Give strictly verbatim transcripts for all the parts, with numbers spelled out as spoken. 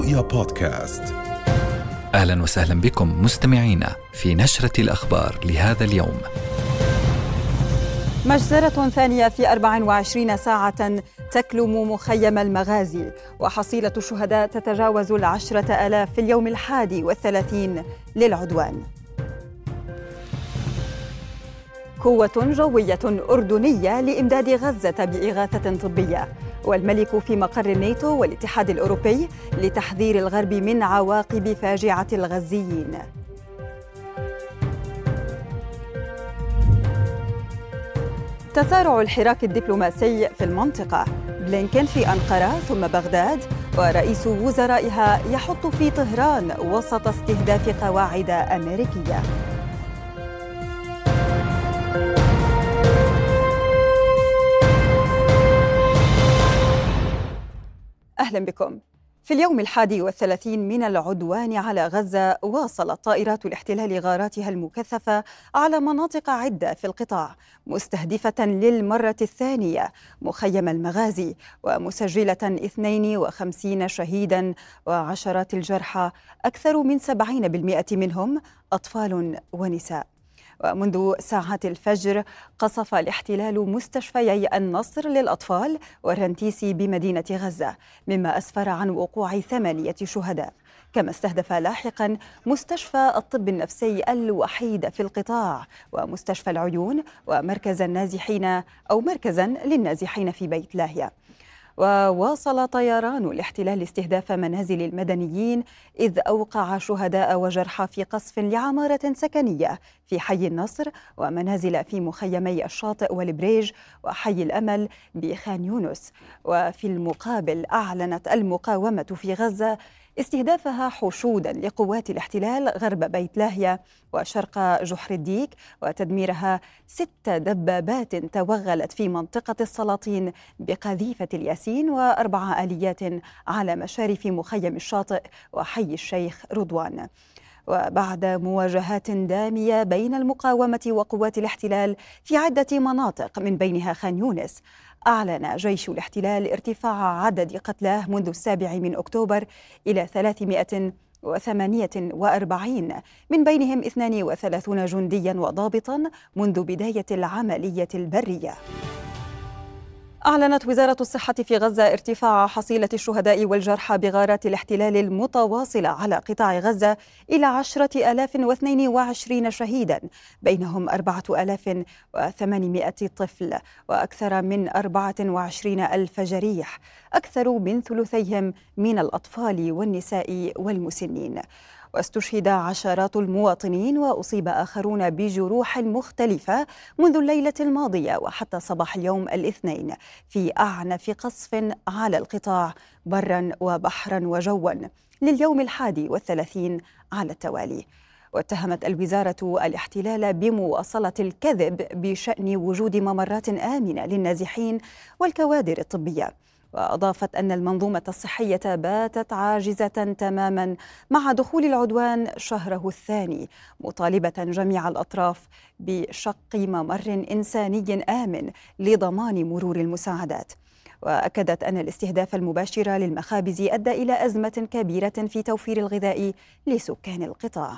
رؤيا بودكاست. أهلا وسهلا بكم مستمعينا في نشرة الأخبار لهذا اليوم. مجزرة ثانية في أربع وعشرين ساعة تكلم مخيم المغازي، وحصيلة الشهداء تتجاوز العشرة آلاف في اليوم الحادي والثلاثين للعدوان. قوة جوية أردنية لإمداد غزة بإغاثة طبية، والملك في مقر الناتو والاتحاد الأوروبي لتحذير الغرب من عواقب فاجعة الغزيين. تسارع الحراك الدبلوماسي في المنطقة، بلينكين في أنقرة ثم بغداد، ورئيس وزرائها يحط في طهران وسط استهداف قواعد أمريكية. أهلا بكم. في اليوم الحادي والثلاثين من العدوان على غزة، واصلت طائرات الاحتلال غاراتها المكثفة على مناطق عدة في القطاع، مستهدفة للمرة الثانية مخيم المغازي، ومسجلة اثنين وخمسين شهيدا وعشرات الجرحى، أكثر من سبعين بالمئة منهم أطفال ونساء. ومنذ ساعات الفجر قصف الاحتلال مستشفيي النصر للأطفال والرنتيسي بمدينة غزة، مما أسفر عن وقوع ثمانية شهداء، كما استهدف لاحقا مستشفى الطب النفسي الوحيد في القطاع ومستشفى العيون ومركز النازحين أو مركزا للنازحين في بيت لاهيا. وواصل طيران الاحتلال استهداف منازل المدنيين، إذ أوقع شهداء وجرحى في قصف لعمارة سكنية في حي النصر، ومنازل في مخيمي الشاطئ والبريج وحي الأمل بخان يونس. وفي المقابل أعلنت المقاومة في غزة استهدافها حشودا لقوات الاحتلال غرب بيت لاهيا وشرق جحر الديك، وتدميرها ست دبابات توغلت في منطقة السلاطين بقذيفة الياسين، وأربع آليات على مشارف مخيم الشاطئ وحي الشيخ رضوان. وبعد مواجهات دامية بين المقاومة وقوات الاحتلال في عدة مناطق من بينها خان يونس، أعلن جيش الاحتلال ارتفاع عدد قتلاه منذ السابع من أكتوبر إلى ثلاثمائة وثمانية وأربعين، من بينهم اثنان وثلاثين جنديا وضابطا منذ بداية العملية البرية. أعلنت وزارة الصحة في غزة ارتفاع حصيلة الشهداء والجرحى بغارات الاحتلال المتواصلة على قطاع غزة إلى عشرة آلاف واثنين وعشرين شهيدا، بينهم أربعة آلاف وثمانمائة طفل، وأكثر من أربعة وعشرين ألف جريح، أكثر من ثلثيهم من الأطفال والنساء والمسنين. واستشهد عشرات المواطنين وأصيب آخرون بجروح مختلفة منذ الليلة الماضية وحتى صباح اليوم الاثنين في أعنف قصف على القطاع برا وبحرا وجوا لليوم الحادي والثلاثين على التوالي. واتهمت الوزارة الاحتلال بمواصلة الكذب بشأن وجود ممرات آمنة للنازحين والكوادر الطبية، وأضافت أن المنظومة الصحية باتت عاجزة تماما مع دخول العدوان شهره الثاني، مطالبة جميع الأطراف بشق ممر إنساني آمن لضمان مرور المساعدات. وأكدت أن الاستهداف المباشر للمخابز أدى إلى أزمة كبيرة في توفير الغذاء لسكان القطاع.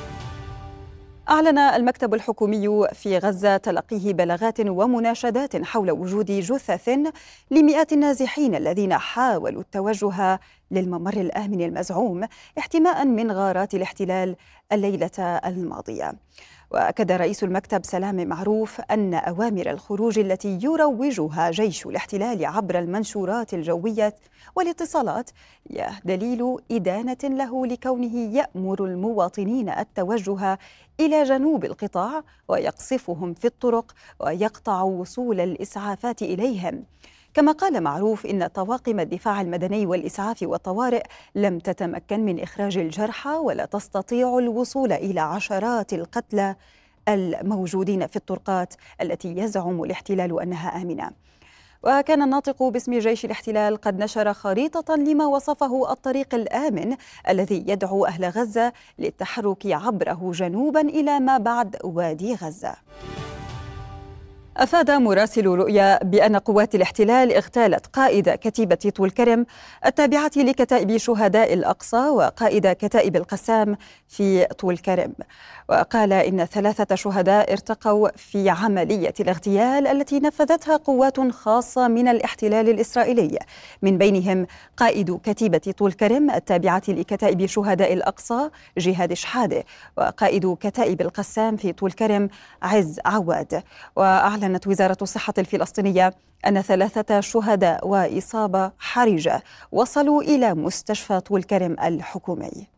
أعلن المكتب الحكومي في غزة تلقيه بلاغات ومناشدات حول وجود جثث لمئات النازحين الذين حاولوا التوجه للممر الآمن المزعوم احتماء من غارات الاحتلال الليلة الماضية. وأكد رئيس المكتب سلام معروف أن أوامر الخروج التي يروجها جيش الاحتلال عبر المنشورات الجوية والاتصالات هي دليل إدانة له لكونه يأمر المواطنين التوجه إلى جنوب القطاع ويقصفهم في الطرق ويقطع وصول الإسعافات إليهم. كما قال معروف إن طواقم الدفاع المدني والإسعاف والطوارئ لم تتمكن من إخراج الجرحى ولا تستطيع الوصول إلى عشرات القتلى الموجودين في الطرقات التي يزعم الاحتلال أنها آمنة. وكان الناطق باسم جيش الاحتلال قد نشر خريطة لما وصفه الطريق الآمن الذي يدعو أهل غزة للتحرك عبره جنوبا إلى ما بعد وادي غزة. أفاد مراسل رؤيا بأن قوات الاحتلال اغتالت قائد كتيبة طول كرم التابعة لكتائب شهداء الأقصى وقائد كتائب القسام في طول كرم. وقال إن ثلاثة شهداء ارتقوا في عملية الاغتيال التي نفذتها قوات خاصة من الاحتلال الإسرائيلي، من بينهم قائد كتيبة طول كرم التابعة لكتائب شهداء الأقصى جهاد شحادة، وقائد كتائب القسام في طول كرم عز عواد. وأعلنت وزارة الصحة الفلسطينية أن ثلاثة شهداء وإصابة حرجة وصلوا إلى مستشفى طول كرم الحكومي.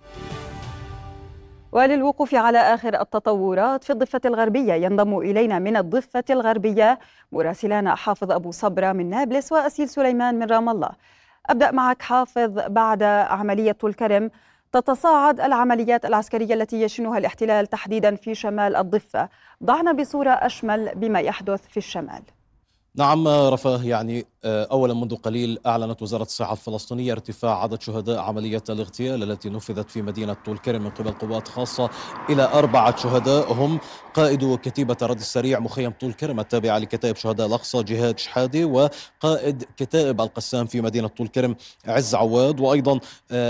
وللوقوف على آخر التطورات في الضفة الغربية ينضم إلينا من الضفة الغربية مراسلانا حافظ أبو صبرة من نابلس وأسيل سليمان من رام الله. أبدأ معك حافظ. بعد عملية طول كرم تتصاعد العمليات العسكرية التي يشنها الاحتلال تحديدا في شمال الضفة، ضعنا بصورة أشمل بما يحدث في الشمال. نعم رفاه، يعني أولا منذ قليل أعلنت وزارة الصحة الفلسطينية ارتفاع عدد شهداء عملية الاغتيال التي نفذت في مدينة طول كرم من قبل قوات خاصة إلى أربعة شهداء، هم قائد كتيبة رد السريع مخيم طول كرم التابعة لكتائب شهداء الأقصى جهاد شحادة، وقائد كتائب القسام في مدينة طول كرم عز عواد، وأيضا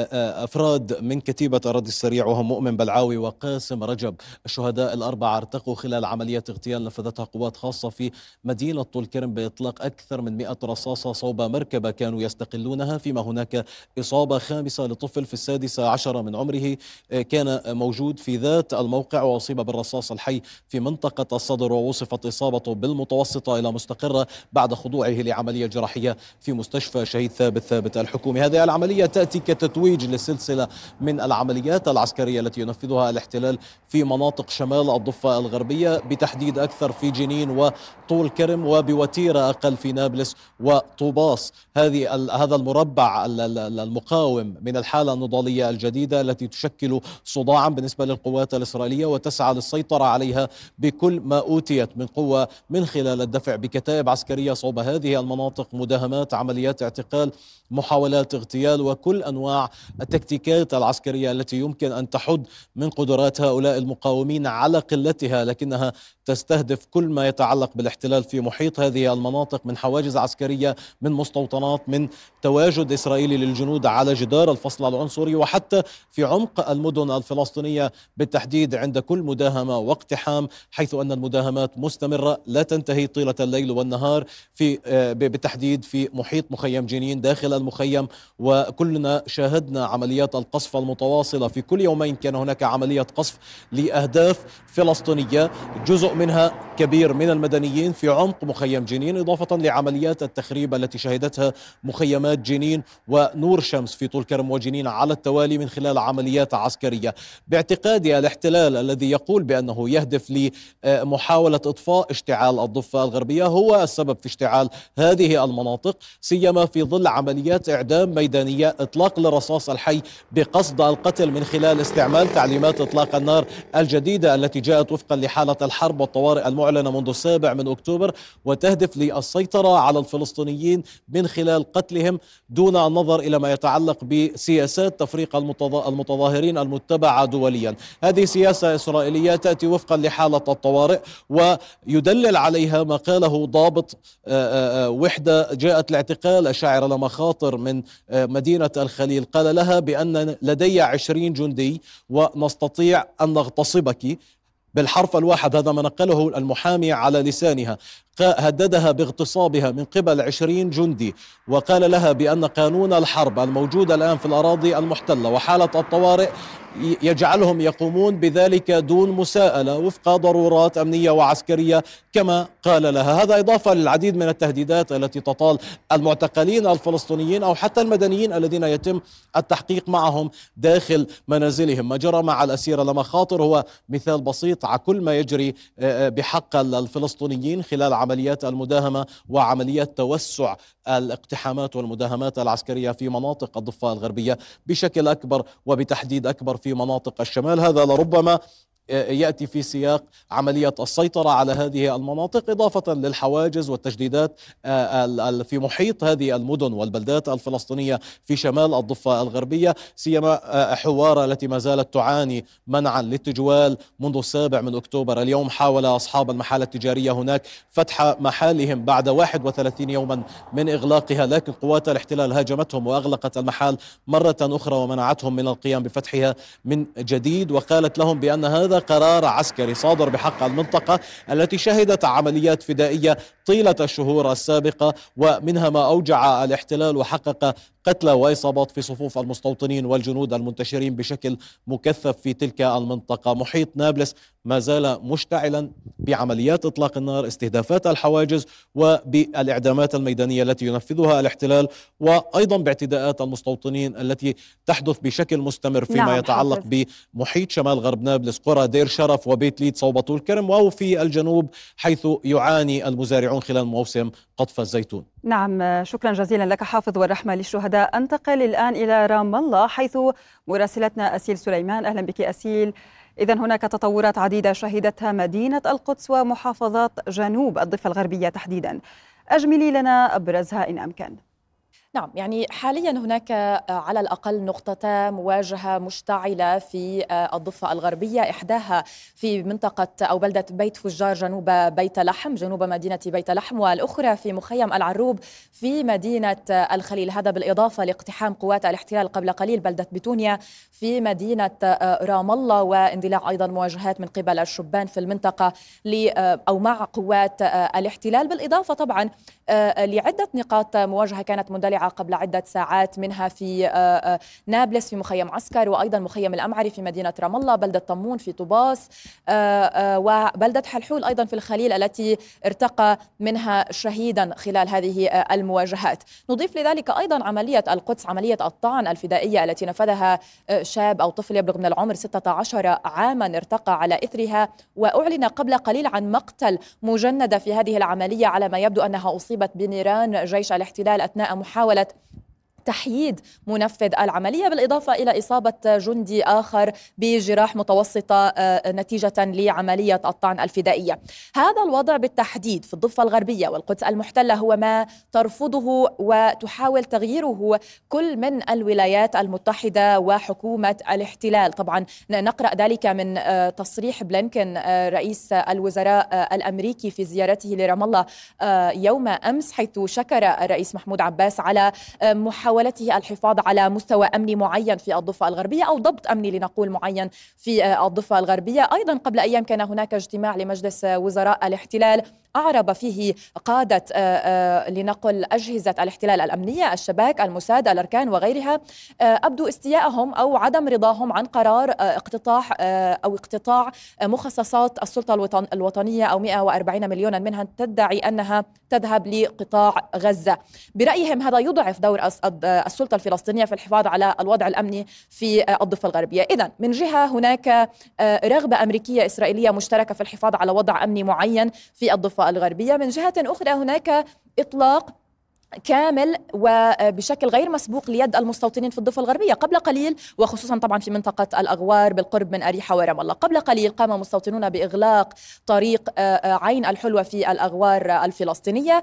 أفراد من كتيبة رد السريع وهم مؤمن بلعاوي وقاسم رجب. الشهداء الأربعة ارتقوا خلال عملية اغتيال نفذتها قوات خاصة في مدينة طول كرم بإطلاق أكثر من مئة رصاصة صوب مركبة كانوا يستقلونها، فيما هناك إصابة خامسة لطفل في السادسة عشر من عمره كان موجود في ذات الموقع وأصيب بالرصاص الحي في منطقة الصدر، ووصفت إصابته بالمتوسطة إلى مستقرة بعد خضوعه لعملية جراحية في مستشفى شهيد ثابت ثابت الحكومي. هذه العملية تأتي كتتويج لسلسلة من العمليات العسكرية التي ينفذها الاحتلال في مناطق شمال الضفة الغربية، بتحديد أكثر في جنين وطول كرم وبوتيرة أقل في نابلس وطوباس. هذه هذا المربع المقاوم من الحالة النضالية الجديدة التي تشكل صداعا بالنسبة للقوات الإسرائيلية وتسعى للسيطرة عليها بكل ما أوتيت من قوة من خلال الدفع بكتائب عسكرية صوب هذه المناطق، مداهمات، عمليات اعتقال، محاولات اغتيال، وكل أنواع التكتيكات العسكرية التي يمكن أن تحد من قدرات هؤلاء المقاومين على قلتها، لكنها تستهدف كل ما يتعلق بالاحتلال في محيط هذه المناطق من حواجز عسكرية، من مستوطنات، من تواجد إسرائيلي للجنود على جدار الفصل العنصري، وحتى في عمق المدن الفلسطينية بالتحديد عند كل مداهمة واقتحام، حيث أن المداهمات مستمرة لا تنتهي طيلة الليل والنهار في بالتحديد في محيط مخيم جنين داخل المخيم. وكلنا شاهدنا عمليات القصف المتواصلة، في كل يومين كان هناك عملية قصف لأهداف فلسطينية، جزء منها كبير من المدنيين في عمق مخيم جنين، إضافة لعمليات التخريب التي شهدتها مخيمات جنين ونور شمس في طول كرم وجنين على التوالي من خلال عمليات عسكرية. باعتقاد الاحتلال الذي يقول بأنه يهدف لمحاولة إطفاء اشتعال الضفة الغربية هو السبب في اشتعال هذه المناطق، سيما في ظل عمليات إعدام ميدانية، إطلاق للرصاص الحي بقصد القتل من خلال استعمال تعليمات إطلاق النار الجديدة التي جاءت وفقا لحالة الحرب والطوارئ المعلنة منذ السابع من أكتوبر، وتهدف للسيطرة على الفلسطينيين من خلال قتلهم دون النظر إلى ما يتعلق بسياسات تفريق المتظاهرين المتبعة دوليا. هذه سياسة إسرائيلية تأتي وفقا لحالة الطوارئ، ويدلل عليها ما قاله ضابط وحدة جاءت لاعتقال الشاعرة لما خاطر من مدينة الخليل، قال لها بأن لدي عشرين جندي ونستطيع أن نغتصبك بالحرف الواحد. هذا ما نقله المحامي على لسانها، هددها باغتصابها من قبل عشرين جندي، وقال لها بأن قانون الحرب الموجود الآن في الأراضي المحتلة وحالة الطوارئ يجعلهم يقومون بذلك دون مساءلة وفق ضرورات أمنية وعسكرية كما قال لها. هذا إضافة للعديد من التهديدات التي تطال المعتقلين الفلسطينيين أو حتى المدنيين الذين يتم التحقيق معهم داخل منازلهم. ما جرى مع الأسيرة لما خاطر هو مثال بسيط على كل ما يجري بحق الفلسطينيين خلال عمليات المداهمة وعمليات توسع الاقتحامات والمداهمات العسكرية في مناطق الضفة الغربية بشكل أكبر، وبتحديد أكبر في مناطق الشمال. هذا لربما يأتي في سياق عملية السيطرة على هذه المناطق، إضافة للحواجز والتجديدات في محيط هذه المدن والبلدات الفلسطينية في شمال الضفة الغربية، سيما حوارة التي ما زالت تعاني منعا للتجوال منذ السابع من أكتوبر. اليوم حاول أصحاب المحال التجارية هناك فتح محالهم بعد واحد وثلاثين يوما من إغلاقها، لكن قوات الاحتلال هاجمتهم وأغلقت المحال مرة أخرى ومنعتهم من القيام بفتحها من جديد، وقالت لهم بأن هذا قرار عسكري صادر بحق المنطقة التي شهدت عمليات فدائية طيلة الشهور السابقة، ومنها ما أوجع الاحتلال وحقق قتلى وإصابات في صفوف المستوطنين والجنود المنتشرين بشكل مكثف في تلك المنطقة. محيط نابلس ما زال مشتعلا بعمليات إطلاق النار، استهدافات الحواجز، وبالإعدامات الميدانية التي ينفذها الاحتلال، وأيضا باعتداءات المستوطنين التي تحدث بشكل مستمر فيما نعم يتعلق حافظ. بمحيط شمال غرب نابلس، قرى دير شرف وبيت ليد صوبة طول كرم، أو في الجنوب حيث يعاني المزارعون خلال موسم قطف الزيتون. نعم، شكرا جزيلا لك حافظ، والرحمة للشهداء. أنتقل الآن إلى رام الله حيث مراسلتنا أسيل سليمان. أهلا بك أسيل. إذن هناك تطورات عديدة شهدتها مدينة القدس ومحافظات جنوب الضفة الغربية تحديدا، أجملي لنا أبرزها إن أمكن. نعم، يعني حاليا هناك على الأقل نقطتا مواجهة مشتعلة في الضفة الغربية، إحداها في منطقة أو بلدة بيت فجار جنوب بيت لحم جنوب مدينة بيت لحم، والأخرى في مخيم العروب في مدينة الخليل، هذا بالإضافة لاقتحام قوات الاحتلال قبل قليل بلدة بتونيا في مدينة رام الله، واندلاع أيضا مواجهات من قبل الشبان في المنطقة أو مع قوات الاحتلال، بالإضافة طبعا لعدة نقاط مواجهة كانت مندلعة قبل عدة ساعات، منها في نابلس في مخيم عسكر، وأيضا مخيم الأمعري في مدينة رام الله، بلدة طمون في طوباس، وبلدة حلحول أيضا في الخليل التي ارتقى منها شهيدا خلال هذه المواجهات. نضيف لذلك أيضا عملية القدس، عملية الطعن الفدائية التي نفذها شاب أو طفل يبلغ من العمر ستة عشر عاما ارتقى على إثرها، وأعلن قبل قليل عن مقتل مجندة في هذه العملية، على ما يبدو أنها أصيبت بنيران جيش الاحتلال أثناء محاولة تحييد منفذ العملية، بالإضافة إلى إصابة جندي آخر بجراح متوسطة نتيجة لعملية الطعن الفدائية. هذا الوضع بالتحديد في الضفة الغربية والقدس المحتلة هو ما ترفضه وتحاول تغييره كل من الولايات المتحدة وحكومة الاحتلال. طبعا نقرأ ذلك من تصريح بلينكن رئيس الوزراء الأمريكي في زيارته لرام الله يوم أمس، حيث شكر الرئيس محمود عباس على محاولة محاولته الحفاظ على مستوى أمني معين في الضفة الغربية أو ضبط أمني لنقول معين في الضفة الغربية. أيضا قبل أيام كان هناك اجتماع لمجلس وزراء الاحتلال أعرب فيه قادة لنقل أجهزة الاحتلال الأمنية، الشباك، الموساد، الأركان وغيرها، أبدوا استيائهم أو عدم رضاهم عن قرار اقتطاع أو اقتطاع مخصصات السلطة الوطنية أو مئة وأربعين مليونا منها تدعي أنها تذهب لقطاع غزة. برأيهم هذا يضعف دور السلطة الفلسطينية في الحفاظ على الوضع الأمني في الضفة الغربية. إذن من جهة هناك رغبة أمريكية إسرائيلية مشتركة في الحفاظ على وضع أمني معين في الضفة الغربية، من جهة أخرى هناك إطلاق كامل وبشكل غير مسبوق ليد المستوطنين في الضفة الغربية. قبل قليل وخصوصا طبعا في منطقة الأغوار بالقرب من أريحة ورام الله، قبل قليل قام مستوطنون بإغلاق طريق عين الحلوة في الأغوار الفلسطينية،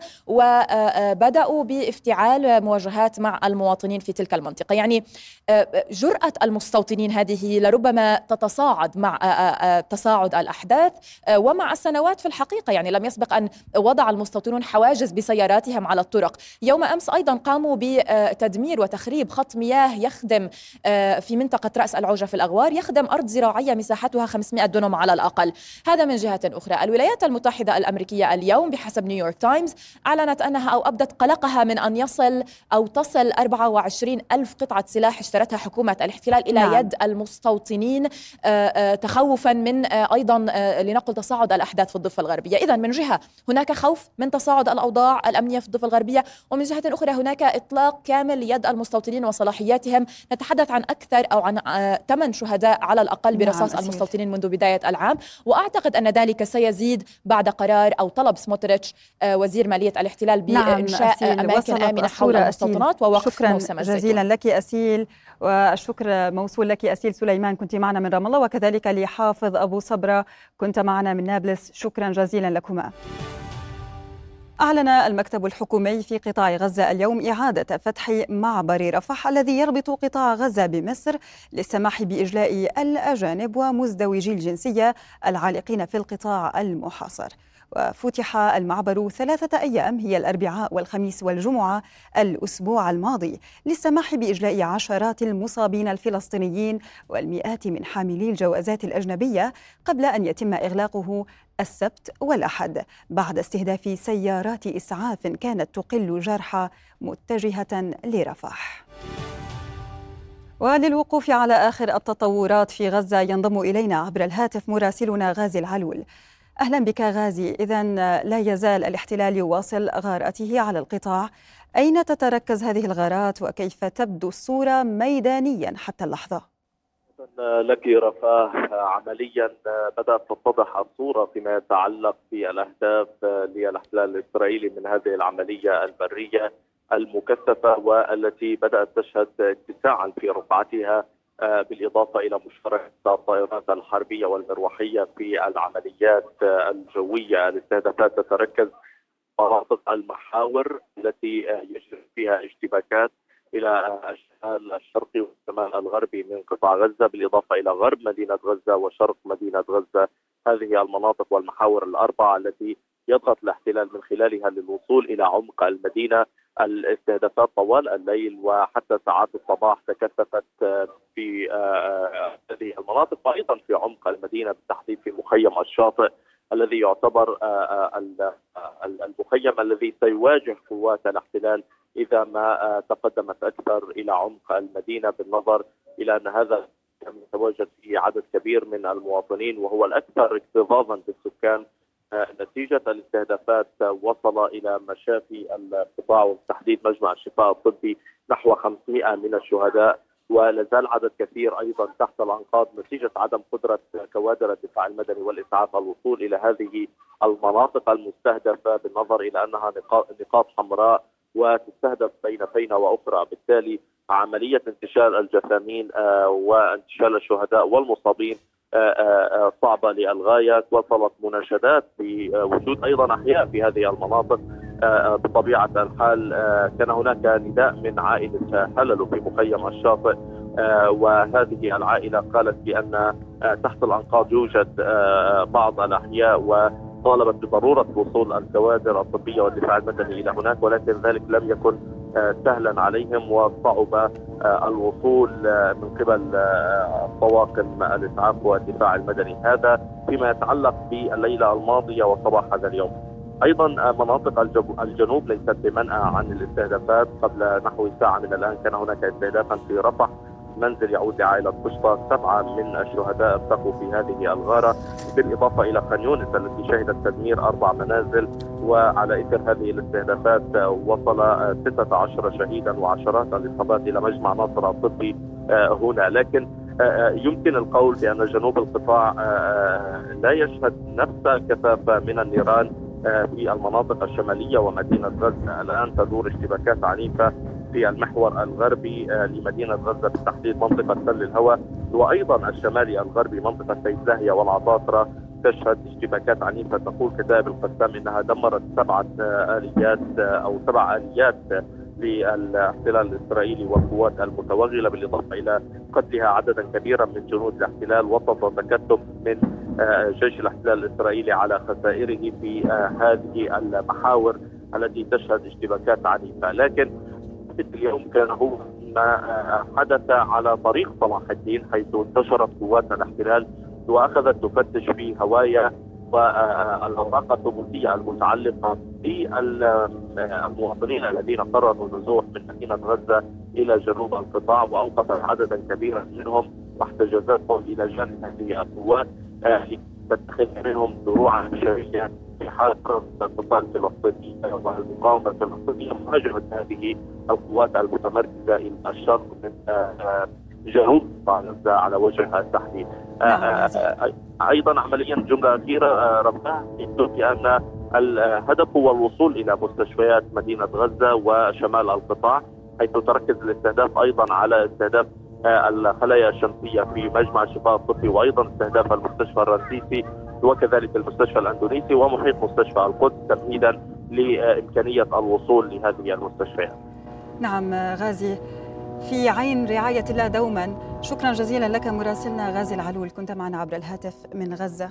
وبدأوا بافتعال مواجهات مع المواطنين في تلك المنطقة. يعني جرأة المستوطنين هذه لربما تتصاعد مع تصاعد الأحداث ومع السنوات في الحقيقة. يعني لم يسبق أن وضع المستوطنون حواجز بسياراتهم على الطرق. يوم أمس أيضا قاموا بتدمير وتخريب خط مياه يخدم في منطقة رأس العوجة في الأغوار، يخدم أرض زراعية مساحتها خمسمائة دنم على الأقل. هذا من جهة أخرى. الولايات المتحدة الأمريكية اليوم بحسب نيويورك تايمز أعلنت أنها أو أبدت قلقها من أن يصل أو تصل أربعة وعشرين ألف قطعة سلاح اشترتها حكومة الاحتلال إلى نعم. يد المستوطنين تخوفا من أيضا لنقل تصاعد الأحداث في الضفة الغربية. إذن من جهة هناك خوف من تصاعد الأوضاع الأمنية في الضفة الغربية، ومن جهة أخرى هناك إطلاق كامل ليد المستوطنين وصلاحياتهم. نتحدث عن أكثر أو عن ثمان شهداء على الأقل برصاص نعم المستوطنين منذ بداية العام، وأعتقد أن ذلك سيزيد بعد قرار أو طلب سموتريتش وزير مالية الاحتلال بإنشاء نعم أماكن آمنة حول المستوطنات ووقف موسم الزيتون. شكرا جزيلا لك أسيل، والشكر موصول لك أسيل سليمان، كنت معنا من رام الله، وكذلك لحافظ أبو صبرة كنت معنا من نابلس، شكرا جزيلا لكما. أعلن المكتب الحكومي في قطاع غزة اليوم إعادة فتح معبر رفح الذي يربط قطاع غزة بمصر للسماح بإجلاء الأجانب ومزدوجي الجنسية العالقين في القطاع المحاصر. وفتح المعبر ثلاثة أيام هي الأربعاء والخميس والجمعة الأسبوع الماضي للسماح بإجلاء عشرات المصابين الفلسطينيين والمئات من حاملي الجوازات الأجنبية قبل أن يتم إغلاقه السبت والأحد بعد استهداف سيارات إسعاف كانت تقل جرحى متجهة لرفح. وللوقوف على آخر التطورات في غزة ينضم إلينا عبر الهاتف مراسلنا غازي العلول. أهلا بك غازي. إذن لا يزال الاحتلال يواصل غارته على القطاع، أين تتركز هذه الغارات وكيف تبدو الصورة ميدانيا حتى اللحظة؟ لك رفاه، عمليا بدأت تتضح الصورة فيما يتعلق بالأهداف للاحتلال الإسرائيلي من هذه العملية البرية المكثفة، والتي بدأت تشهد اتساعا في رقعتها بالإضافة إلى مشاركة الطائرات الحربية والمروحية في العمليات الجوية. الاستهدافات تتركز مناطق المحاور التي يجري فيها اشتباكات إلى الشمال الشرقي والشمال الغربي من قطاع غزة، بالإضافة إلى غرب مدينة غزة وشرق مدينة غزة. هذه المناطق والمحاور الأربعة التي يضغط الاحتلال من خلالها للوصول إلى عمق المدينة. الاستهدافات طوال الليل وحتى ساعات الصباح تكثفت في هذه المناطق، وأيضا في عمق المدينة بالتحديد في مخيم الشاطئ الذي يعتبر المخيم الذي سيواجه قوات الاحتلال إذا ما تقدمت أكثر إلى عمق المدينة، بالنظر إلى أن هذا يتواجد فيه عدد كبير من المواطنين وهو الأكثر اكتظاظا بالسكان. نتيجة الاستهدافات وصل إلى مشافي القطاع وبالتحديد مجمع الشفاء الطبي نحو خمسمئة من الشهداء، ولا زال عدد كثير أيضا تحت الأنقاض نتيجة عدم قدرة كوادر الدفاع المدني والإسعاف الوصول إلى هذه المناطق المستهدفة، بالنظر إلى أنها نقاط حمراء وتستهدف بين فينة وأخرى. بالتالي عملية انتشال الجثامين وانتشال الشهداء والمصابين صعبة للغاية. وصلت مناشدات بوجود أيضا أحياء في هذه المناطق. بطبيعة الحال كان هناك نداء من عائلة حللوا في مخيم الشاطئ، وهذه العائلة قالت بأن تحت الأنقاض يوجد بعض الأحياء وطالبت بضرورة وصول الكوادر الطبية والدفاع المدني إلى هناك، ولكن ذلك لم يكن سهلا عليهم وصعب الوصول من قبل طواقم الإسعاف والدفاع المدني. هذا فيما يتعلق بالليلة الماضية وصباح هذا اليوم. أيضا مناطق الجنوب ليست بمنأى عن الاستهدافات. قبل نحو ساعة من الآن كان هناك استهدافا في رفح، منزل يعود لعائلة قشطة. سبعة من الشهداء ارتقوا في هذه الغارة، بالإضافة إلى خان يونس التي شهدت تدمير أربع منازل. وعلى إثر هذه الاستهدافات وصل ستة عشر شهيدا وعشرات الإصابات إلى مجمع ناصر الطبي هنا. لكن يمكن القول بأن جنوب القطاع لا يشهد نفس الكثافة من النيران في المناطق الشمالية ومدينة غزة. الآن تدور اشتباكات عنيفة في المحور الغربي لمدينة غزة بالتحديد منطقة تل الهوى، وأيضا الشمالي الغربي منطقة بيت لاهيا والعطاطرة تشهد اشتباكات عنيفة. تقول كتائب القسام إنها دمرت سبعة آليات أو سبع آليات للاحتلال الإسرائيلي والقوات المتوغلة، بالإضافة إلى قتلها عددا كبيرا من جنود الاحتلال وسط تكتم من جيش الاحتلال الإسرائيلي على خسائره في هذه المحاور التي تشهد اشتباكات عنيفة. لكن اليوم كان هو ما حدث على طريق صلاح الدين، حيث انتشرت قوات الاحتلال وأخذت تفتش في هوايا والأوراق الثبوتية المتعلقة بالمواطنين الذين قرروا النزوح من مدينة غزة إلى جنوب القطاع، وأوقفت عددا كبيرا منهم واحتجزتهم إلى جانب هذه القوات لتتخذ منهم دروعا بشرية في محاصرة القطاع الفلسطيني والمقاومة الفلسطينية مواجهة هذه القوات المتمركزة إلى الشرق من جنوب قطاع غزة على وجه التحديد. أيضا عمليا جملة أخيرة رفاه يكتب بأن الهدف هو الوصول إلى مستشفيات مدينة غزة وشمال القطاع، حيث تركز الاستهداف أيضا على استهداف الخلايا الشمسية في مجمع الشفاء الطبي، وأيضا استهداف المستشفى الرئيسي وكذلك المستشفى الأندونيسي ومحيط مستشفى القدس تمهيدا لإمكانية الوصول لهذه المستشفيات. نعم غازي، في عين رعاية الله دوما. شكرا جزيلا لك مراسلنا غازي العلول، كنت معنا عبر الهاتف من غزة.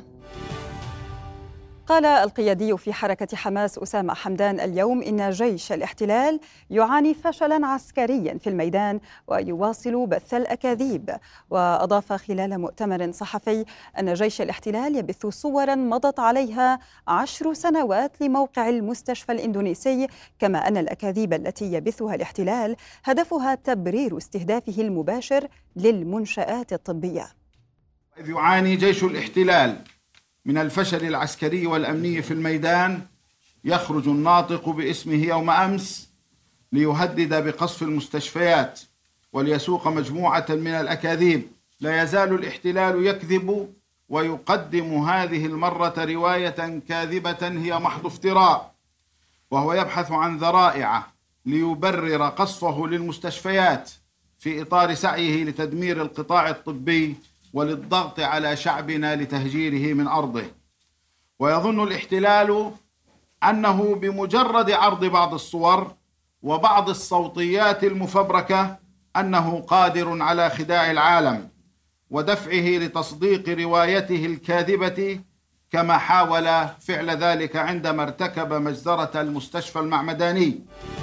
قال القيادي في حركة حماس أسامة حمدان اليوم إن جيش الاحتلال يعاني فشلا عسكريا في الميدان ويواصل بث الأكاذيب. وأضاف خلال مؤتمر صحفي أن جيش الاحتلال يبث صورا مضت عليها عشر سنوات لموقع المستشفى الإندونيسي، كما أن الأكاذيب التي يبثها الاحتلال هدفها تبرير استهدافه المباشر للمنشآت الطبية. إذ يعاني جيش الاحتلال من الفشل العسكري والأمني في الميدان، يخرج الناطق باسمه يوم أمس ليهدد بقصف المستشفيات وليسوق مجموعة من الأكاذيب. لا يزال الاحتلال يكذب ويقدم هذه المرة رواية كاذبة هي محض افتراء، وهو يبحث عن ذرائع ليبرر قصفه للمستشفيات في إطار سعيه لتدمير القطاع الطبي وللضغط على شعبنا لتهجيره من أرضه. ويظن الاحتلال أنه بمجرد عرض بعض الصور وبعض الصوتيات المفبركة أنه قادر على خداع العالم ودفعه لتصديق روايته الكاذبة، كما حاول فعل ذلك عندما ارتكب مجزرة المستشفى المعمداني.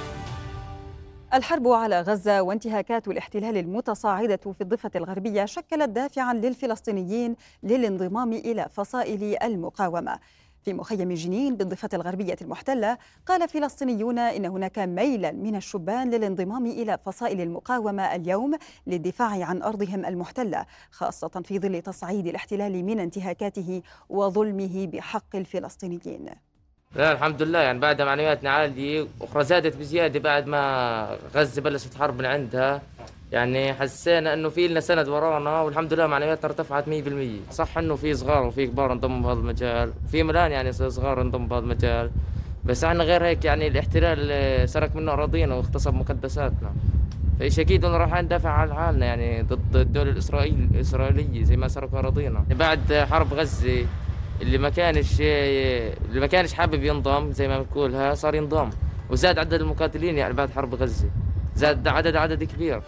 الحرب على غزة وانتهاكات الاحتلال المتصاعدة في الضفة الغربية شكلت دافعاً للفلسطينيين للانضمام إلى فصائل المقاومة. في مخيم جنين بالضفة الغربية المحتلة قال فلسطينيون إن هناك ميلاً من الشبان للانضمام إلى فصائل المقاومة اليوم للدفاع عن أرضهم المحتلة، خاصة في ظل تصعيد الاحتلال من انتهاكاته وظلمه بحق الفلسطينيين. لا الحمد لله، يعني بعد معنوياتنا عالية وأخرى زادت بزيادة بعد ما غزة بلشت حرب من عندها، يعني حسينا إنه في لنا سند ورانا، والحمد لله معنوياتنا ارتفعت مية بالمية. صح إنه في صغار وفي كبار انضموا بهذا المجال، في ملان يعني صغار انضموا بهذا المجال، بس احنا غير هيك يعني الاحتلال سرق منا أراضينا واغتصب مقدساتنا، فإيش أكيد إنه راح ندافع عن حالنا يعني ضد الدولة الإسرائيل الإسرائيلية زي ما سرقوا أراضينا. بعد حرب غزة اللي ما كانش اللي ما كانش حابب ينضم زي ما بنقولها صار ينضم، وزاد عدد المقاتلين يعني بعد حرب غزة زاد عدد عدد كبير.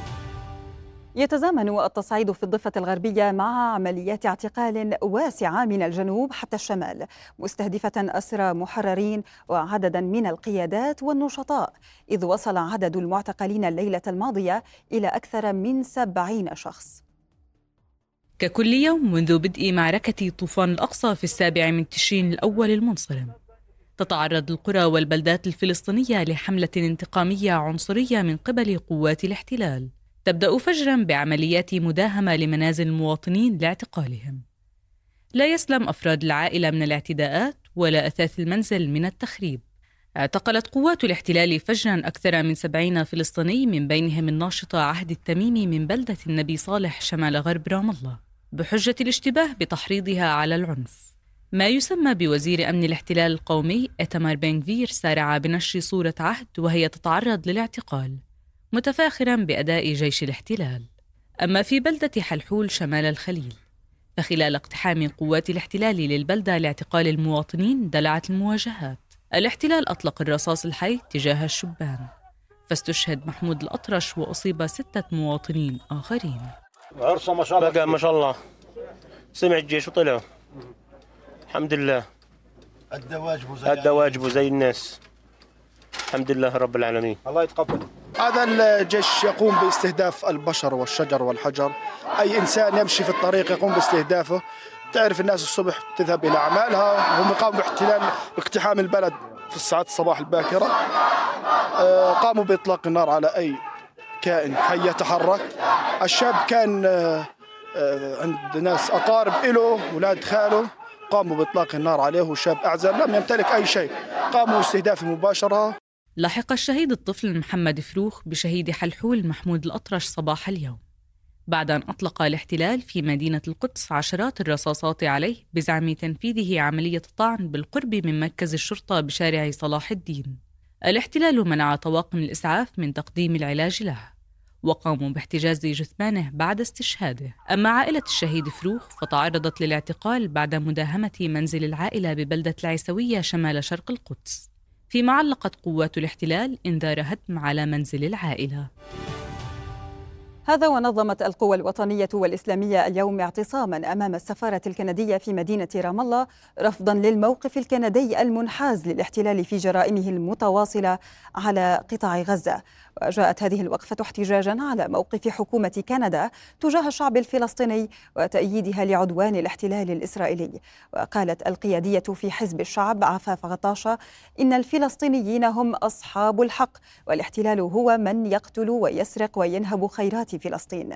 يتزامن التصعيد في الضفة الغربية مع عمليات اعتقال واسعة من الجنوب حتى الشمال، مستهدفة أسرى محررين وعددا من القيادات والنشطاء، إذ وصل عدد المعتقلين الليلة الماضية إلى أكثر من سبعين شخص. ككل يوم منذ بدء معركة طوفان الأقصى في السابع من تشرين الأول المنصرم، تتعرض القرى والبلدات الفلسطينية لحملة انتقامية عنصرية من قبل قوات الاحتلال، تبدأ فجراً بعمليات مداهمة لمنازل المواطنين لاعتقالهم. لا يسلم أفراد العائلة من الاعتداءات ولا أثاث المنزل من التخريب. اعتقلت قوات الاحتلال فجراً أكثر من سبعين فلسطيني، من بينهم الناشطة عهد التميمي من بلدة النبي صالح شمال غرب رام الله، بحجة الاشتباه بتحريضها على العنف. ما يسمى بوزير أمن الاحتلال القومي إيتمار بن غفير سارع بنشر صورة عهد وهي تتعرض للاعتقال، متفاخراً بأداء جيش الاحتلال. أما في بلدة حلحول شمال الخليل، فخلال اقتحام قوات الاحتلال للبلدة لاعتقال المواطنين دلعت المواجهات. الاحتلال أطلق الرصاص الحي تجاه الشبان، فاستشهد محمود الأطرش وأصيب ستة مواطنين آخرين. عرصة ما شاء الله بقى ما شاء الله، سمع الجيش وطلعوا الحمد لله، أدى واجبه زي أدى واجبه زي الناس، الحمد لله رب العالمين. الله يتقبل. هذا الجيش يقوم باستهداف البشر والشجر والحجر، أي إنسان يمشي في الطريق يقوم باستهدافه. تعرف الناس الصبح تذهب إلى أعمالها، وهم قاموا باحتلال باقتحام البلد في الساعات الصباح الباكرة. قاموا بإطلاق النار على أي كائن حي يتحرك. الشاب كان عند ناس أقارب إله، أولاد خاله، قاموا بإطلاق النار عليه وشاب أعزل لم يمتلك أي شيء، قاموا باستهدافه مباشرة. لحق الشهيد الطفل محمد فروخ بشهيد حلحول محمود الأطرش صباح اليوم بعد أن أطلق الاحتلال في مدينة القدس عشرات الرصاصات عليه بزعم تنفيذه عملية طعن بالقرب من مركز الشرطة بشارع صلاح الدين. الاحتلال منع طواقم الإسعاف من تقديم العلاج له، وقاموا باحتجاز جثمانه بعد استشهاده. أما عائلة الشهيد فروخ فتعرضت للاعتقال بعد مداهمة منزل العائلة ببلدة العيسوية شمال شرق القدس، فيما علقت قوات الاحتلال إنذار هدم على منزل العائلة. هذا ونظمت القوى الوطنية والإسلامية اليوم اعتصاما أمام السفارة الكندية في مدينة رام الله رفضا للموقف الكندي المنحاز للاحتلال في جرائمه المتواصلة على قطاع غزة. وجاءت هذه الوقفة احتجاجا على موقف حكومة كندا تجاه الشعب الفلسطيني وتأييدها لعدوان الاحتلال الإسرائيلي. وقالت القيادية في حزب الشعب عفاف غطاشة إن الفلسطينيين هم أصحاب الحق، والاحتلال هو من يقتل ويسرق وينهب خيرات فلسطين.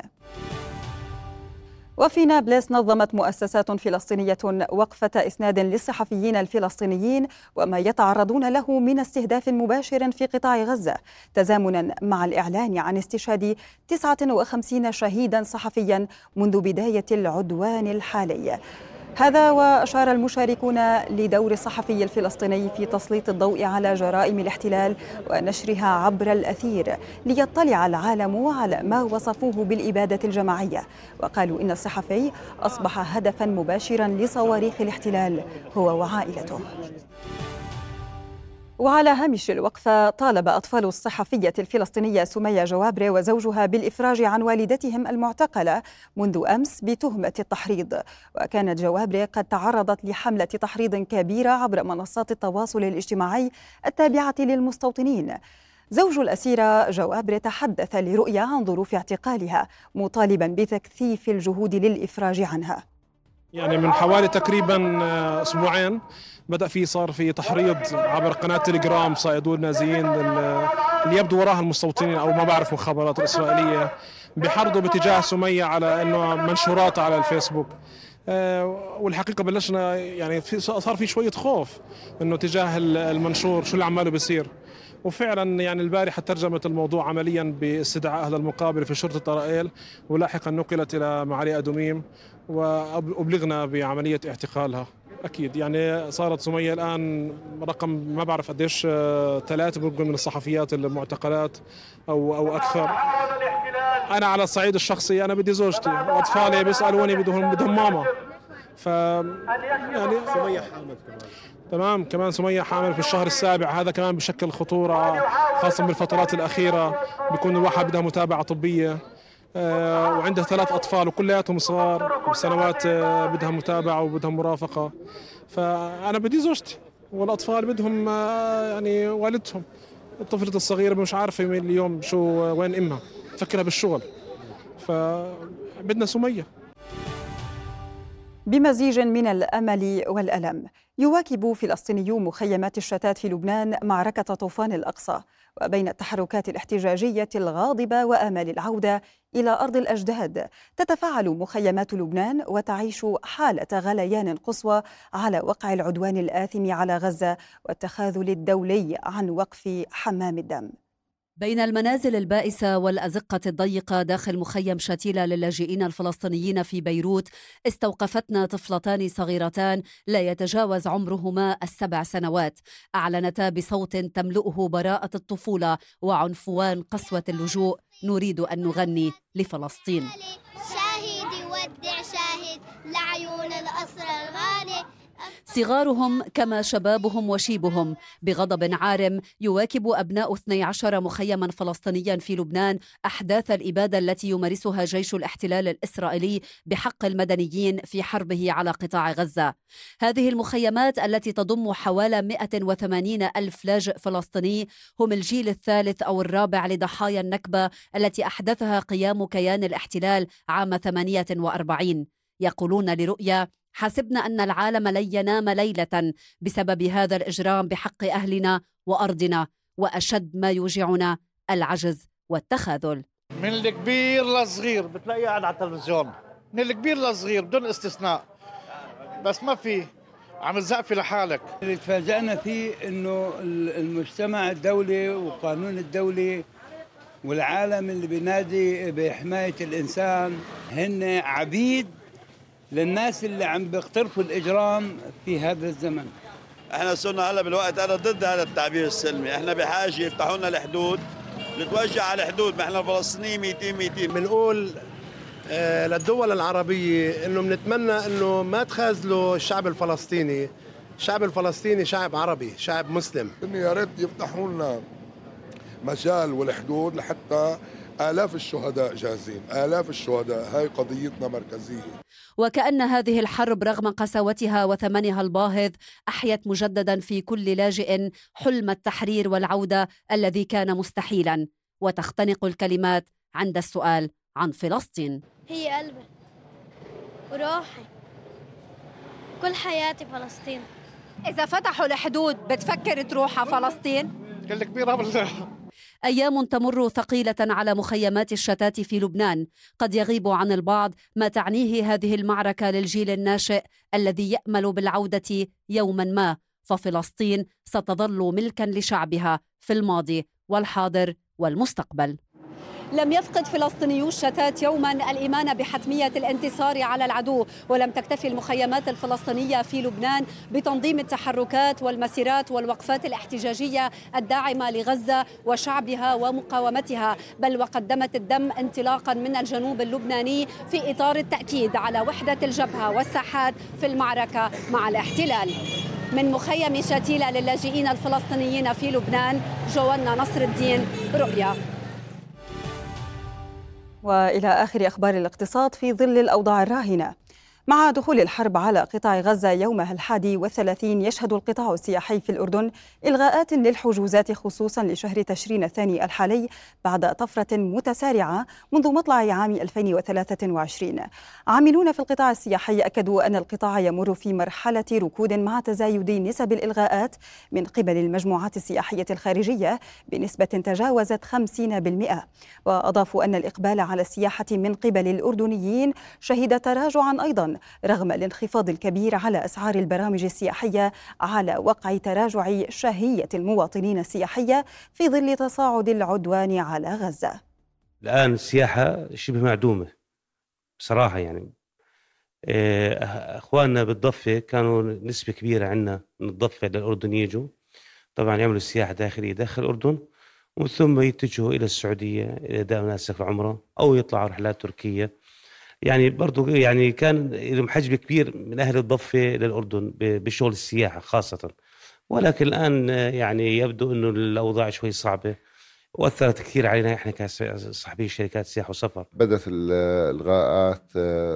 وفي نابلس نظمت مؤسسات فلسطينية وقفة إسناد للصحفيين الفلسطينيين وما يتعرضون له من استهداف مباشر في قطاع غزة، تزامنا مع الإعلان عن استشهاد تسعة وخمسين شهيدا صحفيا منذ بداية العدوان الحالي. هذا وأشار المشاركون لدور الصحفي الفلسطيني في تسليط الضوء على جرائم الاحتلال ونشرها عبر الأثير ليطلع العالم على ما وصفوه بالإبادة الجماعية، وقالوا إن الصحفي أصبح هدفا مباشرا لصواريخ الاحتلال هو وعائلته. وعلى هامش الوقفة طالب أطفال الصحفية الفلسطينية سمية جوابري وزوجها بالإفراج عن والدتهم المعتقلة منذ أمس بتهمة التحريض. وكانت جوابري قد تعرضت لحملة تحريض كبيرة عبر منصات التواصل الاجتماعي التابعة للمستوطنين. زوج الأسيرة جوابري تحدث لرؤيا عن ظروف اعتقالها مطالبا بتكثيف الجهود للإفراج عنها. يعني من حوالي تقريبا أسبوعين بدأ في صار في تحريض عبر قناة تليجرام صائدون نازيين اللي يبدو وراها المستوطنين أو ما بعرف مخابرات الإسرائيلية بحرضوا باتجاه سمية على إنه منشورات على الفيسبوك. والحقيقة بلشنا يعني في صار في شوية خوف إنه تجاه المنشور شو اللي عماله بيصير. وفعلا يعني البارحة ترجمت الموضوع عمليا باستدعاء أهل المقابر في شرطة طرائيل، ولاحقا نقلت إلى معالي أدوميم وأبلغنا بعملية اعتقالها. أكيد يعني صارت سمية الآن رقم ما بعرف قديش ثلاثة بقول من الصحفيات المعتقلات أو أو أكثر. أنا على الصعيد الشخصي أنا بدي زوجتي وأطفالي بيسألوني بدهم بدهم ماما. ف يعني سمية حامل كمان. تمام كمان سمية حامل في الشهر السابع، هذا كمان بشكل خطورة خاصة بالفترات الأخيرة، بيكون الواحد بدها متابعة طبية آه وعنده ثلاث أطفال وكلياتهم صغار بسنوات آه بدها متابعة وبدها مرافقة. فأنا بدي زوجتي والأطفال بدهم آه يعني والدهم. الطفلة الصغيرة مش عارفة اليوم شو وين إمها، تفكرها بالشغل، فبدنا سمية. بمزيج من الأمل والألم يواكب فلسطينيو مخيمات الشتات في لبنان معركة طوفان الأقصى، وبين التحركات الاحتجاجية الغاضبة وآمال العودة إلى أرض الأجداد تتفاعل مخيمات لبنان وتعيش حالة غليان قصوى على وقع العدوان الآثم على غزة والتخاذل الدولي عن وقف حمام الدم. بين المنازل البائسة والأزقة الضيقة داخل مخيم شتيلة للاجئين الفلسطينيين في بيروت استوقفتنا طفلتان صغيرتان لا يتجاوز عمرهما السبع سنوات، أعلنتا بصوت تملؤه براءة الطفولة وعنفوان قسوة اللجوء: نريد أن نغني لفلسطين. شاهد يودع شاهد لعيون الأسرى الغالي. صغارهم كما شبابهم وشيبهم بغضب عارم يواكب أبناء اثني عشر مخيما فلسطينيا في لبنان أحداث الإبادة التي يمارسها جيش الاحتلال الإسرائيلي بحق المدنيين في حربه على قطاع غزة. هذه المخيمات التي تضم حوالي مئة وثمانين ألف لاجئ فلسطيني هم الجيل الثالث أو الرابع لضحايا النكبة التي أحدثها قيام كيان الاحتلال عام ثمانية وأربعين. يقولون لرؤيا: حسبنا أن العالم لن ينام ليلة بسبب هذا الإجرام بحق أهلنا وأرضنا، وأشد ما يوجعنا العجز والتخاذل. من الكبير للصغير بتلاقيه قاعد على التلفزيون، من الكبير للصغير بدون استثناء، بس ما في عم تزقفي لحالك. اللي تفاجأنا فيه انه المجتمع الدولي وقانون الدولي والعالم اللي بينادي بحماية الإنسان هن عبيد للناس اللي عم بيقترفوا الإجرام في هذا الزمن. احنا صرنا هلا بالوقت انا ضد هذا التعبير السلمي، احنا بحاجه يفتحوا لنا الحدود، نتوجه على الحدود، ما احنا الفلسطينيين ميتين ميتين. بنقول آه للدول العربيه انه بنتمنى انه ما تخاذلوا الشعب الفلسطيني، الشعب الفلسطيني شعب عربي، شعب مسلم. يا ريت يفتحوا لنا مجال والحدود لحتى آلاف الشهداء جاهزين، آلاف الشهداء، هاي قضيتنا مركزية. وكأن هذه الحرب رغم قساوتها وثمنها الباهظ أحيت مجددا في كل لاجئ حلم التحرير والعودة الذي كان مستحيلا، وتختنق الكلمات عند السؤال عن فلسطين. هي قلبي وروحي، كل حياتي فلسطين. إذا فتحوا الحدود بتفكر تروح على فلسطين؟ كل كبيرة بالله. أيام تمر ثقيلة على مخيمات الشتات في لبنان، قد يغيب عن البعض ما تعنيه هذه المعركة للجيل الناشئ الذي يأمل بالعودة يوما ما، ففلسطين ستظل ملكا لشعبها في الماضي والحاضر والمستقبل. لم يفقد فلسطينيو الشتات يوما الإيمان بحتمية الانتصار على العدو، ولم تكتفي المخيمات الفلسطينية في لبنان بتنظيم التحركات والمسيرات والوقفات الاحتجاجية الداعمة لغزة وشعبها ومقاومتها، بل وقدمت الدم انطلاقا من الجنوب اللبناني في إطار التأكيد على وحدة الجبهة والساحات في المعركة مع الاحتلال. من مخيم شتيلة للاجئين الفلسطينيين في لبنان، جوانا نصر الدين، رؤيا. وإلى آخر أخبار الاقتصاد في ظل الأوضاع الراهنة. مع دخول الحرب على قطاع غزة يومها الحادي والثلاثين، يشهد القطاع السياحي في الأردن إلغاءات للحجوزات خصوصا لشهر تشرين الثاني الحالي بعد طفرة متسارعة منذ مطلع عام ألفين وثلاثة وعشرين. عاملون في القطاع السياحي أكدوا أن القطاع يمر في مرحلة ركود مع تزايد نسب الإلغاءات من قبل المجموعات السياحية الخارجية بنسبة تجاوزت خمسين بالمئة، وأضافوا أن الإقبال على السياحة من قبل الأردنيين شهد تراجعا أيضا رغم الانخفاض الكبير على أسعار البرامج السياحية على وقع تراجع شهية المواطنين السياحية في ظل تصاعد العدوان على غزة. الآن السياحة شبه معدومة بصراحة، يعني أخواننا بالضفة كانوا نسبة كبيرة عندنا من الضفة للأردن يجوا طبعا يعملوا السياحة داخلية داخل الأردن، ومن ثم يتجهوا إلى السعودية إلى أداء مناسك العمرة أو يطلعوا رحلات تركية. يعني برضو يعني كان لهم حجم كبير من أهل الضفة للأردن بشغل السياحة خاصة، ولكن الآن يعني يبدو أنه الأوضاع شوي صعبة وأثرت كثير علينا إحنا كصاحبي شركات سياحة وسفر. بدأت الإلغاءات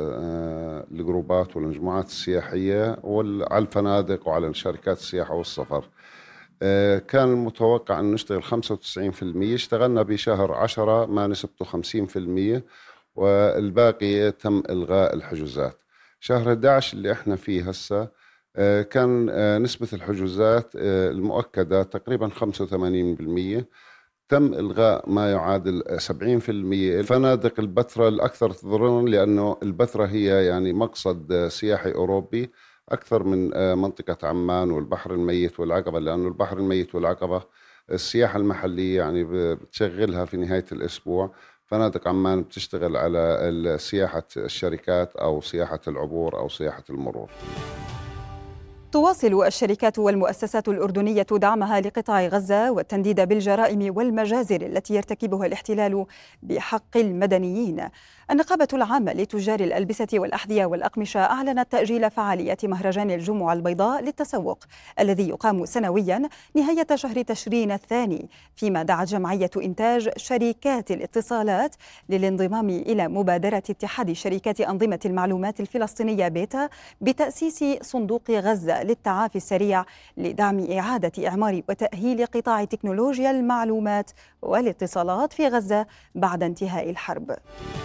الجروبات والمجموعات السياحية وعلى الفنادق وعلى شركات السياحة والسفر. كان المتوقع أن نشتغل خمسة وتسعين بالمئة، اشتغلنا بشهر عشرة ما نسبته خمسين بالمئة، والباقي تم إلغاء الحجوزات. شهر أحد عشر اللي احنا فيه هسه كان نسبة الحجوزات المؤكدة تقريبا خمسة وثمانين بالمئة، تم إلغاء ما يعادل سبعين بالمئة. الفنادق البتراء الأكثر تضررا لأنه البتراء هي يعني مقصد سياحي أوروبي أكثر من منطقة عمان والبحر الميت والعقبة، لأنه البحر الميت والعقبة السياحة المحلية يعني بتشغلها في نهاية الأسبوع. فنادق عمان بتشتغل على سياحة الشركات أو سياحة العبور أو سياحة المرور. تواصل الشركات والمؤسسات الأردنية دعمها لقطاع غزة والتنديد بالجرائم والمجازر التي يرتكبها الاحتلال بحق المدنيين. النقابة العامة لتجار الألبسة والأحذية والأقمشة أعلنت تأجيل فعاليات مهرجان الجمعة البيضاء للتسوق الذي يقام سنويا نهاية شهر تشرين الثاني، فيما دعت جمعية إنتاج شركات الاتصالات للانضمام إلى مبادرة اتحاد شركات أنظمة المعلومات الفلسطينية بيتا بتأسيس صندوق غزة للتعافي السريع لدعم إعادة إعمار وتأهيل قطاع تكنولوجيا المعلومات والاتصالات في غزة بعد انتهاء الحرب.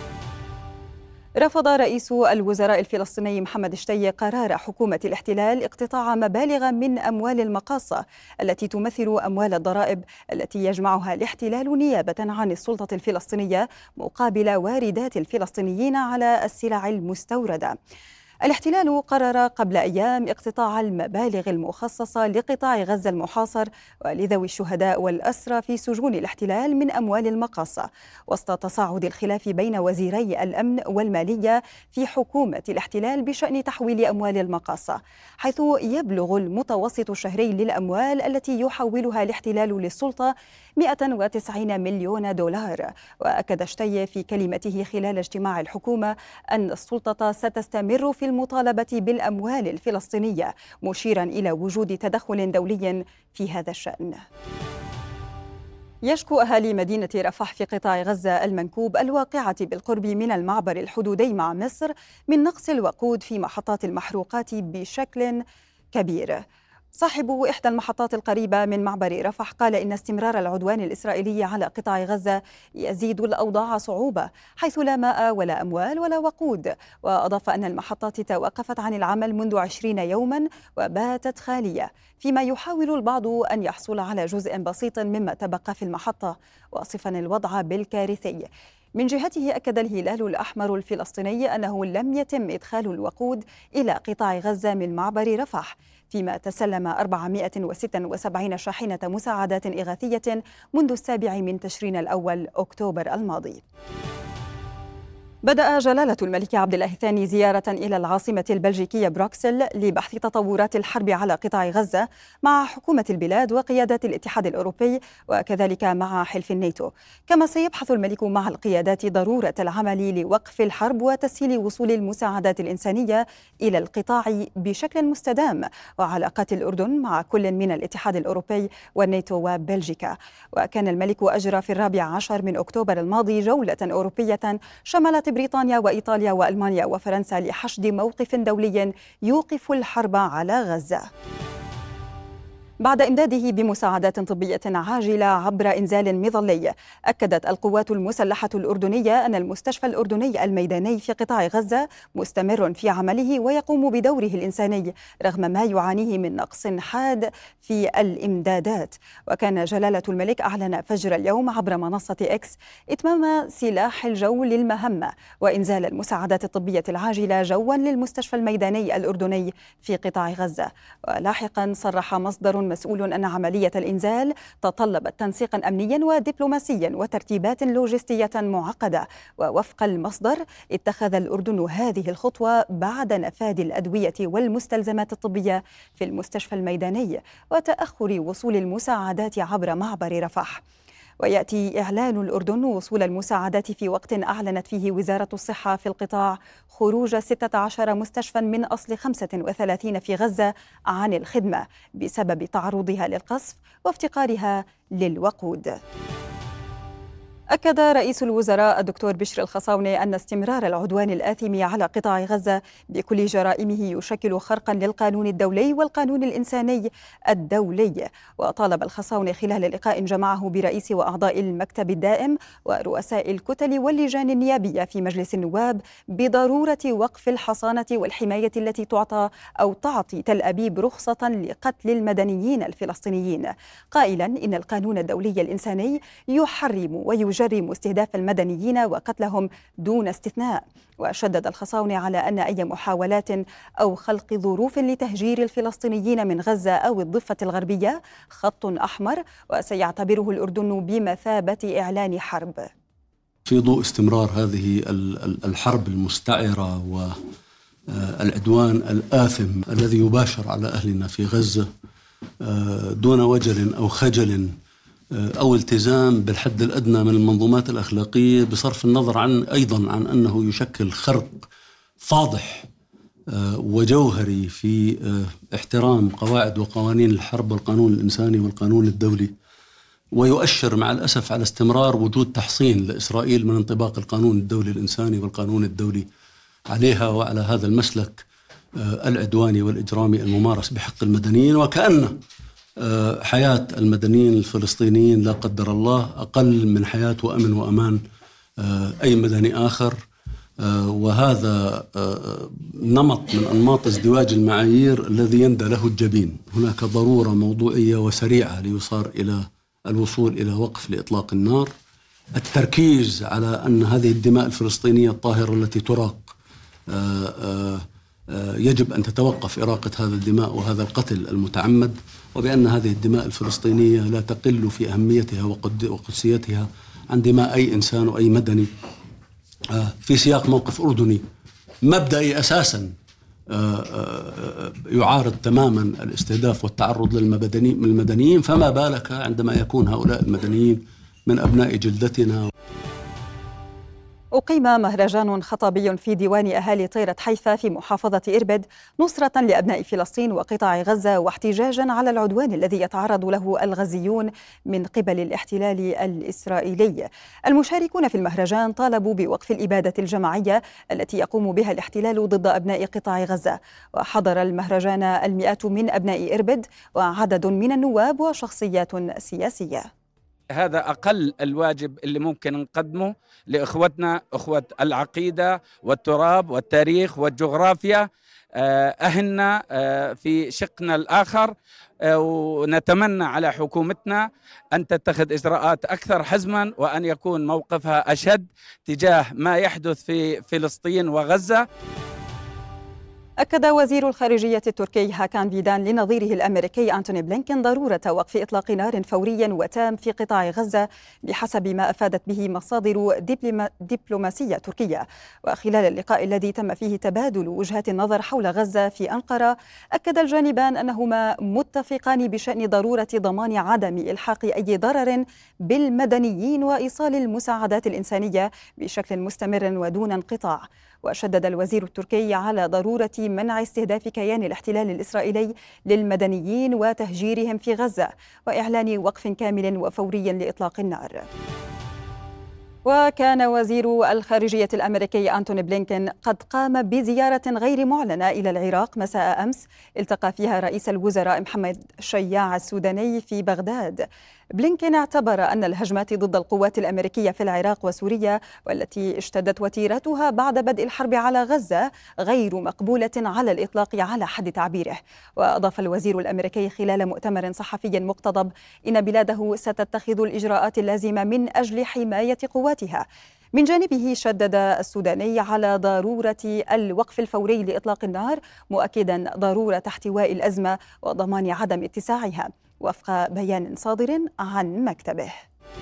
رفض رئيس الوزراء الفلسطيني محمد شتي قرار حكومة الاحتلال اقتطاع مبالغ من أموال المقاصة التي تمثل أموال الضرائب التي يجمعها الاحتلال نيابة عن السلطة الفلسطينية مقابل واردات الفلسطينيين على السلع المستوردة. الاحتلال قرر قبل أيام اقتطاع المبالغ المخصصة لقطاع غزة المحاصر ولذوي الشهداء والأسرى في سجون الاحتلال من أموال المقاصة، وسط تصاعد الخلاف بين وزيري الأمن والمالية في حكومة الاحتلال بشأن تحويل أموال المقاصة، حيث يبلغ المتوسط الشهري للأموال التي يحولها الاحتلال للسلطة مئة وتسعين مليون دولار. وأكد شتي في كلمته خلال اجتماع الحكومة أن السلطة ستستمر في المطالبة بالأموال الفلسطينية، مشيرا إلى وجود تدخل دولي في هذا الشأن. يشكو أهالي مدينة رفح في قطاع غزة المنكوب الواقعة بالقرب من المعبر الحدودي مع مصر من نقص الوقود في محطات المحروقات بشكل كبير. صاحب إحدى المحطات القريبة من معبر رفح قال إن استمرار العدوان الإسرائيلي على قطاع غزة يزيد الأوضاع صعوبة، حيث لا ماء ولا أموال ولا وقود. وأضاف أن المحطات توقفت عن العمل منذ عشرين يوما وباتت خالية، فيما يحاول البعض أن يحصل على جزء بسيط مما تبقى في المحطة، واصفا الوضع بالكارثي. من جهته أكد الهلال الأحمر الفلسطيني أنه لم يتم إدخال الوقود إلى قطاع غزة من معبر رفح، فيما تسلم أربعمئة وستة وسبعين شاحنة مساعدات إغاثية منذ السابع من تشرين الأول أكتوبر الماضي. بدأ جلالة الملك عبد الله الثاني زيارة إلى العاصمة البلجيكية بروكسل لبحث تطورات الحرب على قطاع غزة مع حكومة البلاد وقيادات الاتحاد الأوروبي وكذلك مع حلف الناتو. كما سيبحث الملك مع القيادات ضرورة العمل لوقف الحرب وتسهيل وصول المساعدات الإنسانية إلى القطاع بشكل مستدام، وعلاقات الأردن مع كل من الاتحاد الأوروبي والناتو وبلجيكا. وكان الملك أجرى في الرابع عشر من أكتوبر الماضي جولة أوروبية شملت بريطانيا وإيطاليا وألمانيا وفرنسا لحشد موقف دولي يوقف الحرب على غزة. بعد إمداده بمساعدات طبية عاجلة عبر إنزال مظلي، أكدت القوات المسلحة الأردنية أن المستشفى الأردني الميداني في قطاع غزة مستمر في عمله ويقوم بدوره الإنساني رغم ما يعانيه من نقص حاد في الإمدادات. وكان جلالة الملك أعلن فجر اليوم عبر منصة إكس إتمام سلاح الجو للمهمة وإنزال المساعدات الطبية العاجلة جوا للمستشفى الميداني الأردني في قطاع غزة. ولاحقا صرح مصدر مسؤول أن عملية الإنزال تطلبت تنسيقا أمنيا ودبلوماسيا وترتيبات لوجستية معقدة. ووفق المصدر اتخذ الأردن هذه الخطوة بعد نفاذ الأدوية والمستلزمات الطبية في المستشفى الميداني وتأخر وصول المساعدات عبر معبر رفح. ويأتي إعلان الأردن وصول المساعدات في وقت أعلنت فيه وزارة الصحة في القطاع خروج ستة عشر مستشفى من أصل خمسة وثلاثين في غزة عن الخدمة بسبب تعرضها للقصف وافتقارها للوقود. أكد رئيس الوزراء الدكتور بشر الخصاونة أن استمرار العدوان الآثم على قطاع غزة بكل جرائمه يشكل خرقا للقانون الدولي والقانون الإنساني الدولي. وطالب الخصاونة خلال لقاء جمعه برئيس وأعضاء المكتب الدائم ورؤساء الكتل واللجان النيابية في مجلس النواب بضرورة وقف الحصانة والحماية التي تعطى أو تعطي تل أبيب رخصة لقتل المدنيين الفلسطينيين، قائلا إن القانون الدولي الإنساني يحرم ويجرم استهداف المدنيين وقتلهم دون استثناء. وشدد الخصاونة على أن أي محاولات أو خلق ظروف لتهجير الفلسطينيين من غزة أو الضفة الغربية خط أحمر وسيعتبره الأردن بمثابة إعلان حرب. في ضوء استمرار هذه الحرب المستعرة والعدوان الآثم الذي يباشر على أهلنا في غزة دون وجل أو خجل أو التزام بالحد الأدنى من المنظومات الأخلاقية، بصرف النظر عن أيضا عن أنه يشكل خرق فاضح وجوهري في احترام قواعد وقوانين الحرب والقانون الإنساني والقانون الدولي، ويؤشر مع الأسف على استمرار وجود تحصين لإسرائيل من انطباق القانون الدولي الإنساني والقانون الدولي عليها وعلى هذا المسلك العدواني والإجرامي الممارس بحق المدنيين، وكأن حياة المدنيين الفلسطينيين لا قدر الله أقل من حياة وأمن وأمان أي مدني آخر. وهذا نمط من أنماط ازدواج المعايير الذي يندى له الجبين. هناك ضرورة موضوعية وسريعة ليصار إلى الوصول إلى وقف لإطلاق النار، التركيز على أن هذه الدماء الفلسطينية الطاهرة التي تراق يجب أن تتوقف إراقة هذا الدماء وهذا القتل المتعمد، وبأن هذه الدماء الفلسطينية لا تقل في أهميتها وقدسيتها عن دماء أي إنسان وأي مدني في سياق موقف أردني مبدئي أساسا يعارض تماما الاستهداف والتعرض للمدنيين، فما بالك عندما يكون هؤلاء المدنيين من أبناء جلدتنا. أقيم مهرجان خطابي في ديوان أهالي طيرة حيفا في محافظة إربد نصرة لأبناء فلسطين وقطاع غزة واحتجاجا على العدوان الذي يتعرض له الغزيون من قبل الاحتلال الإسرائيلي. المشاركون في المهرجان طالبوا بوقف الإبادة الجماعية التي يقوم بها الاحتلال ضد أبناء قطاع غزة. وحضر المهرجان المئات من أبناء إربد وعدد من النواب وشخصيات سياسية. هذا أقل الواجب اللي ممكن نقدمه لإخوتنا، إخوة العقيدة والتراب والتاريخ والجغرافيا، أهلنا في شقنا الآخر، ونتمنى على حكومتنا أن تتخذ إجراءات أكثر حزما وأن يكون موقفها أشد تجاه ما يحدث في فلسطين وغزة. أكد وزير الخارجية التركي هاكان فيدان لنظيره الأمريكي أنتوني بلينكين ضرورة وقف إطلاق نار فوري وتام في قطاع غزة بحسب ما أفادت به مصادر دبلوماسية تركية. وخلال اللقاء الذي تم فيه تبادل وجهات النظر حول غزة في أنقرة، أكد الجانبان أنهما متفقان بشأن ضرورة ضمان عدم إلحاق أي ضرر بالمدنيين وإيصال المساعدات الإنسانية بشكل مستمر ودون انقطاع. وشدد الوزير التركي على ضرورة منع استهداف كيان الاحتلال الإسرائيلي للمدنيين وتهجيرهم في غزة، وإعلان وقف كامل وفوري لإطلاق النار. وكان وزير الخارجية الأمريكي أنتوني بلينكين قد قام بزيارة غير معلنة إلى العراق مساء أمس التقى فيها رئيس الوزراء محمد شياع السوداني في بغداد. بلينكين اعتبر أن الهجمات ضد القوات الأمريكية في العراق وسوريا والتي اشتدت وتيرتها بعد بدء الحرب على غزة غير مقبولة على الإطلاق على حد تعبيره. وأضاف الوزير الأمريكي خلال مؤتمر صحفي مقتضب إن بلاده ستتخذ الإجراءات اللازمة من أجل حماية قواتها. من جانبه شدد السوداني على ضرورة الوقف الفوري لإطلاق النار، مؤكدا ضرورة احتواء الأزمة وضمان عدم اتساعها وفق بيان صادر عن مكتبه.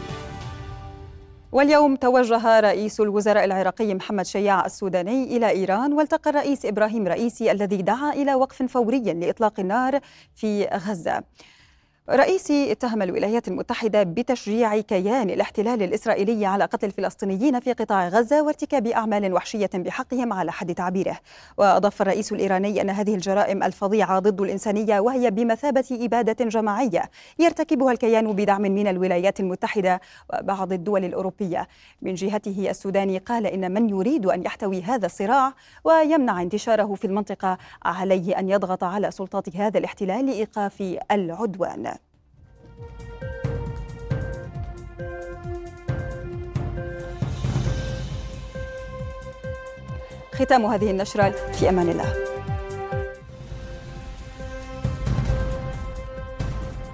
واليوم توجه رئيس الوزراء العراقي محمد شياع السوداني إلى إيران، والتقى الرئيس إبراهيم رئيسي الذي دعا إلى وقف فوري لإطلاق النار في غزة. رئيسي اتهم الولايات المتحدة بتشجيع كيان الاحتلال الإسرائيلي على قتل الفلسطينيين في قطاع غزة وارتكاب أعمال وحشية بحقهم على حد تعبيره. وأضاف الرئيس الإيراني أن هذه الجرائم الفظيعة ضد الإنسانية وهي بمثابة إبادة جماعية يرتكبها الكيان بدعم من الولايات المتحدة وبعض الدول الأوروبية. من جهته السوداني قال إن من يريد أن يحتوي هذا الصراع ويمنع انتشاره في المنطقة عليه أن يضغط على سلطات هذا الاحتلال لإيقاف العدوان. ختام هذه النشرة، في أمان الله.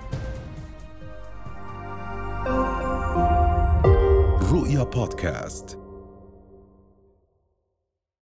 رؤيا بودكاست.